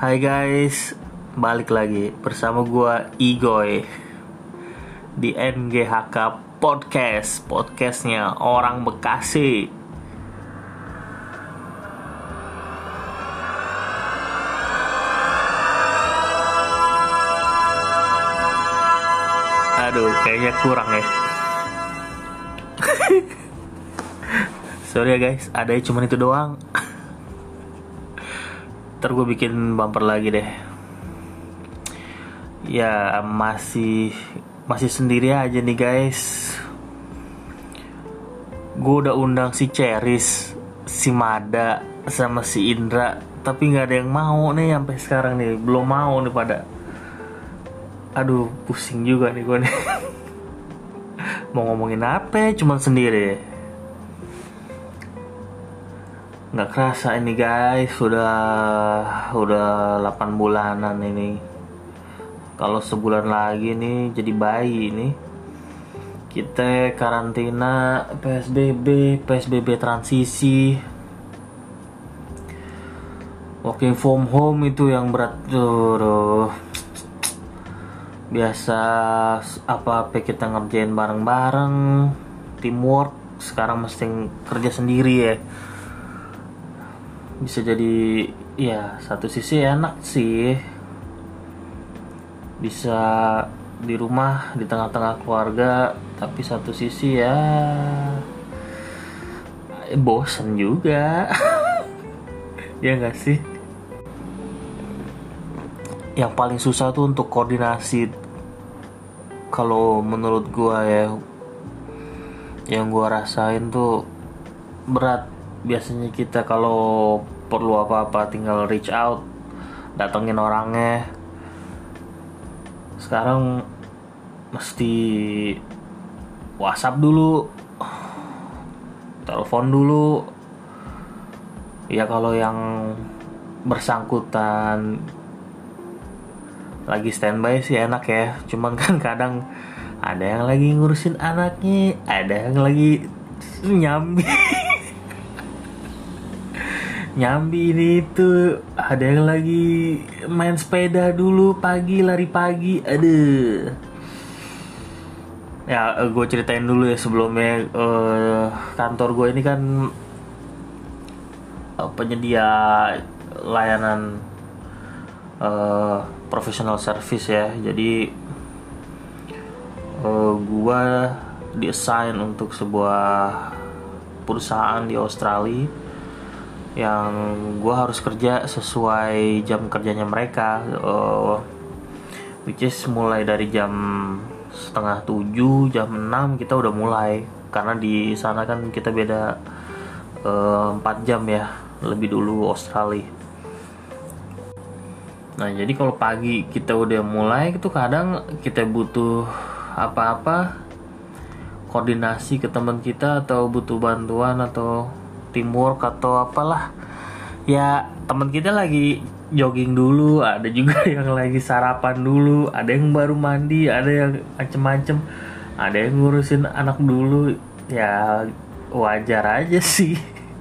Hai guys, balik lagi bersama gua Igoy di NGHK Podcast, podcastnya orang Bekasi. Aduh, kayaknya kurang ya. Sorry ya guys, adanya cuma itu doang. Ntar gue bikin bumper lagi deh. Ya masih sendiri aja nih guys. Gue udah undang si Ceris, si Mada, sama si Indra, tapi nggak ada yang mau nih sampai sekarang nih. Belum mau nih pada. Aduh, pusing juga nih gue nih. Mau ngomongin apa? Cuman sendiri. Nggak kerasa ini guys, udah 8 bulanan ini. Kalau sebulan lagi nih jadi bayi nih. Kita karantina, PSBB transisi, working from home itu yang berat. Biasa apa kita ngerjain bareng-bareng, teamwork. Sekarang mesti kerja sendiri ya. Bisa jadi ya satu sisi enak sih, bisa di rumah di tengah-tengah keluarga, tapi satu sisi ya bosan juga. Ya nggak sih. Yang paling susah tuh untuk koordinasi, kalau menurut gua ya, yang gua rasain tuh berat. Biasanya kita kalau perlu apa-apa tinggal reach out, datengin orangnya. Sekarang mesti WhatsApp dulu, telepon dulu. Ya kalau yang bersangkutan lagi standby sih enak ya. Cuman kan kadang ada yang lagi ngurusin anaknya, ada yang lagi nyambi ini itu, ada yang lagi main sepeda dulu pagi, lari pagi. Aduh. Ya gue ceritain dulu ya sebelumnya. Kantor gue ini kan penyedia layanan professional service ya. Jadi gue diassign untuk sebuah perusahaan di Australia yang gue harus kerja sesuai jam kerjanya mereka, which is mulai dari jam 6:30, jam 6 kita udah mulai, karena di sana kan kita beda 4 jam ya, lebih dulu Australia. Nah jadi kalau pagi kita udah mulai itu, kadang kita butuh apa-apa, koordinasi ke teman kita, atau butuh bantuan atau teamwork atau apalah ya, teman kita lagi jogging dulu, ada juga yang lagi sarapan dulu, ada yang baru mandi, ada yang macem-macem, ada yang ngurusin anak dulu. Ya wajar aja sih.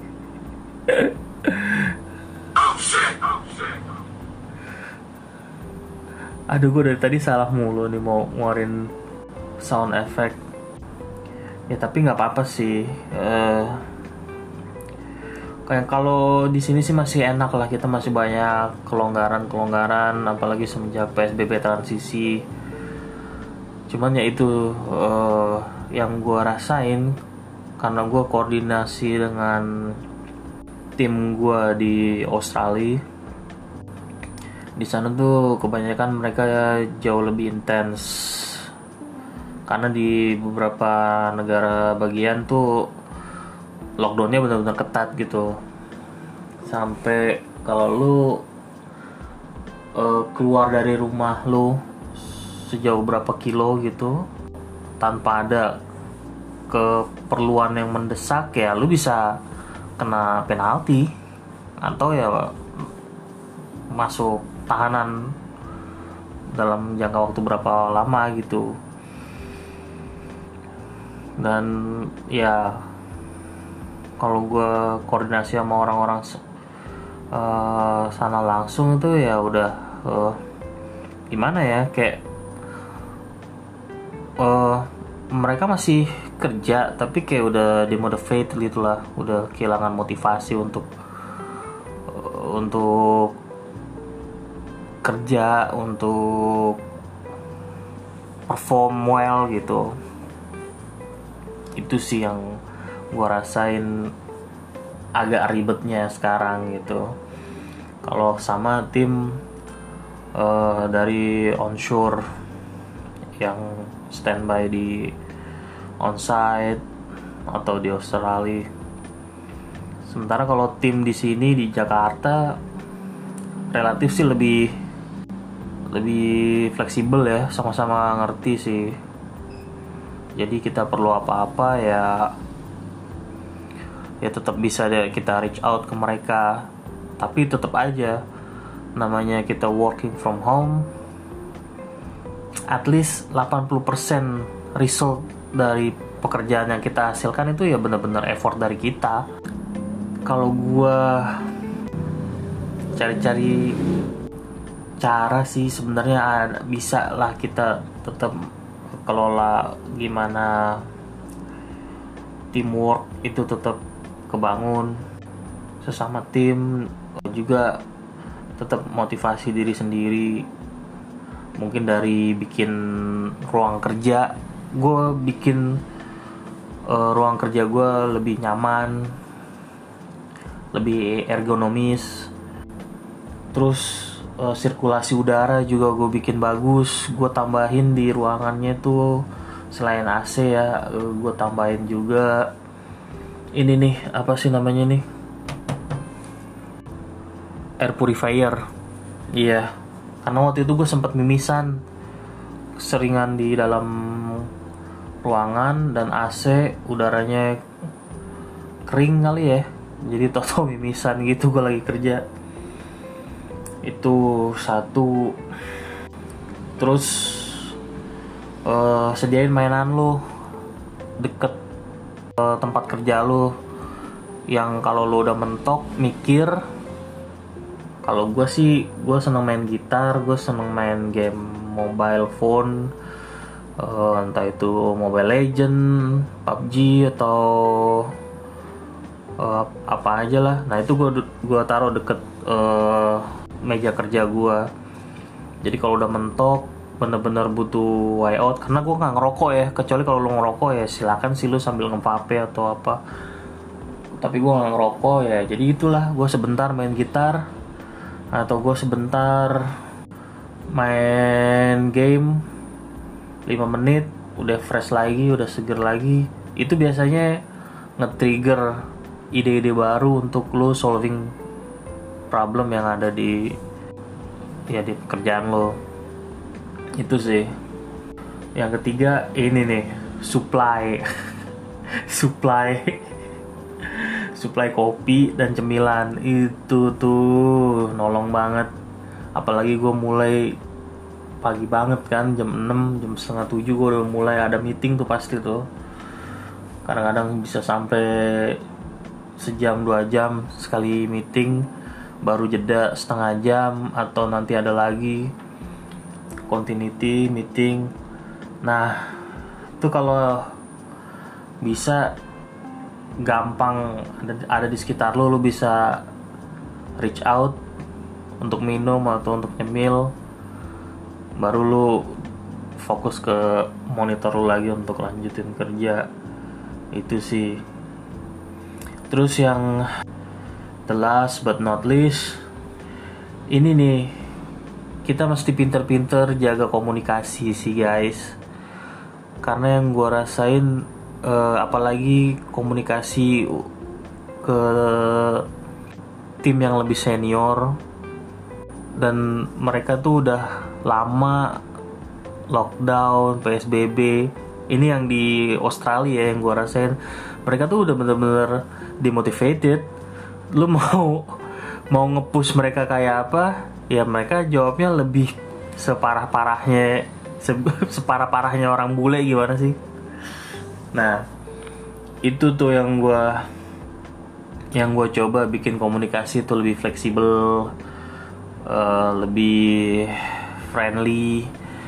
Aduh, gue dari tadi salah mulu nih mau ngeluarin sound effect. Ya tapi nggak apa-apa sih. Kayak kalau di sini sih masih enak lah, kita masih banyak kelonggaran, apalagi semenjak PSBB transisi. Cuman ya itu yang gue rasain, karena gue koordinasi dengan tim gue di Australia. Di sana tuh kebanyakan mereka jauh lebih intens, karena di beberapa negara bagian tuh lockdownnya benar-benar ketat gitu. Sampai kalau lu keluar dari rumah lu sejauh berapa kilo gitu tanpa ada keperluan yang mendesak, ya lu bisa kena penalti atau ya masuk tahanan dalam jangka waktu berapa lama gitu. Dan ya kalau gue koordinasi sama orang-orang sana langsung itu ya udah gimana ya, kayak mereka masih kerja tapi kayak udah demotivate gitu lah, udah kehilangan motivasi untuk kerja, untuk perform well gitu. Itu sih yang gua rasain agak ribetnya sekarang gitu. Kalau sama tim dari onshore yang standby di onsite atau di Australia. Sementara kalau tim di sini di Jakarta relatif sih lebih fleksibel ya, sama-sama ngerti sih. Jadi kita perlu apa-apa ya tetap bisa deh kita reach out ke mereka. Tapi tetap aja namanya kita working from home, at least 80% result dari pekerjaan yang kita hasilkan itu ya benar-benar effort dari kita. Kalau gua cari-cari cara sih sebenarnya bisa lah kita tetap kelola gimana teamwork itu tetap kebangun sesama tim, juga tetap motivasi diri sendiri. Mungkin dari bikin ruang kerja, gue bikin ruang kerja gue lebih nyaman, lebih ergonomis. Terus sirkulasi udara juga gue bikin bagus, gue tambahin di ruangannya tuh selain AC ya, gue tambahin juga ini nih, apa sih namanya nih, air purifier. Iya, karena waktu itu gue sempat mimisan seringan di dalam ruangan dan AC udaranya kering kali ya, jadi toto mimisan gitu gue lagi kerja. Itu satu. Terus sediain mainan lu deket tempat kerja lu, yang kalau lu udah mentok mikir. Kalau gue sih, gue seneng main gitar, gue seneng main game mobile phone, entah itu Mobile Legend, PUBG atau apa aja lah. Nah itu gue taruh deket meja kerja gue. Jadi kalau udah mentok, bener-bener butuh way out, karena gue nggak ngerokok ya. Kecuali kalau lu ngerokok ya silakan sih lu sambil ngevape atau apa. Tapi gue nggak ngerokok ya. Jadi itulah, gue sebentar main gitar atau gue sebentar main game 5 menit, udah fresh lagi, udah seger lagi. Itu biasanya nge-trigger ide-ide baru untuk lo solving problem yang ada di pekerjaan lo. Itu sih. Yang ketiga ini nih, supply supply kopi dan cemilan. Itu tuh nolong banget. Apalagi gue mulai pagi banget kan, jam 6, jam setengah 7 gue udah mulai ada meeting tuh pasti tuh. Kadang-kadang bisa sampai sejam 2 jam sekali meeting, baru jeda setengah jam atau nanti ada lagi continuity meeting. Nah itu kalau bisa gampang ada di sekitar lo bisa reach out untuk minum atau untuk nyemil, baru lo fokus ke monitor lo lagi untuk lanjutin kerja. Itu sih. Terus yang the last but not least, ini nih, kita mesti pinter-pinter jaga komunikasi sih guys. Karena yang gue rasain apalagi komunikasi ke tim yang lebih senior, dan mereka tuh udah lama lockdown, PSBB. Ini yang di Australia yang gue rasain, mereka tuh udah bener-bener demotivated. Lu mau nge-push mereka kayak apa, ya mereka jawabnya lebih separah-parahnya separah-parahnya orang bule gimana sih. Nah itu tuh yang gue yang gue coba bikin komunikasi itu lebih fleksibel, lebih friendly,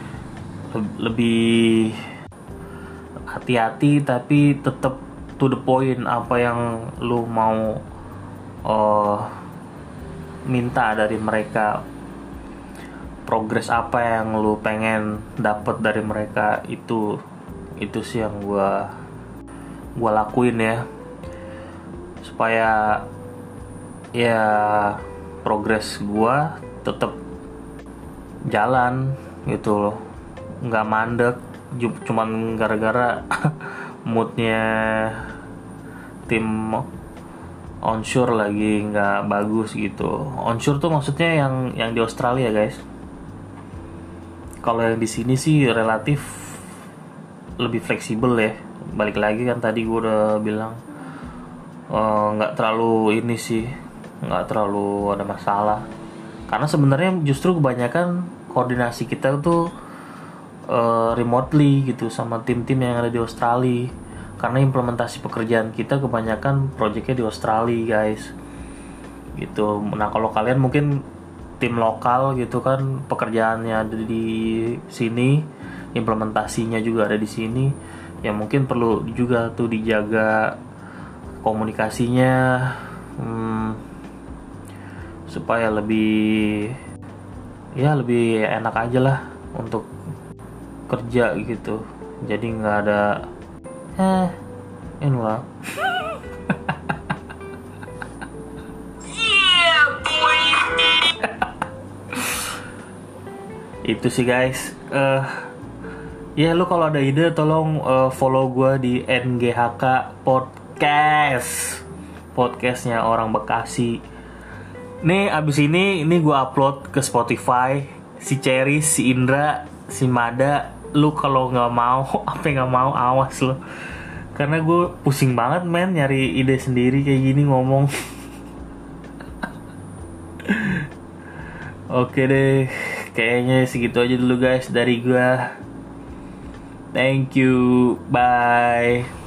lebih hati-hati tapi tetap to the point apa yang lu mau minta dari mereka, progres apa yang lu pengen dapat dari mereka. Itu sih yang gua lakuin ya, supaya ya progres gua tetap jalan gitu loh, nggak mandek cuman gara-gara moodnya tim onshore lagi nggak bagus gitu. Onshore tuh maksudnya yang di Australia guys. Kalau yang di sini sih relatif lebih fleksibel ya. Balik lagi kan tadi gue udah bilang nggak terlalu ini sih, nggak terlalu ada masalah. Karena sebenarnya justru kebanyakan koordinasi kita tuh remotely gitu sama tim-tim yang ada di Australia. Karena implementasi pekerjaan kita kebanyakan proyeknya di Australia guys gitu. Nah kalau kalian mungkin tim lokal gitu kan, pekerjaannya ada di sini, implementasinya juga ada di sini, ya mungkin perlu juga tuh dijaga komunikasinya supaya lebih enak aja lah untuk kerja gitu. Jadi nggak ada inilah. Itu sih guys. Ya lu kalau ada ide tolong follow gue di NGHK Podcast, podcastnya orang Bekasi. Nih abis ini gue upload ke Spotify. Si Cherry, si Indra, si Mada, lu kalau nggak mau awas lo, karena gue pusing banget men nyari ide sendiri kayak gini ngomong. Oke deh, kayaknya segitu aja dulu guys dari gue. Thank you, bye.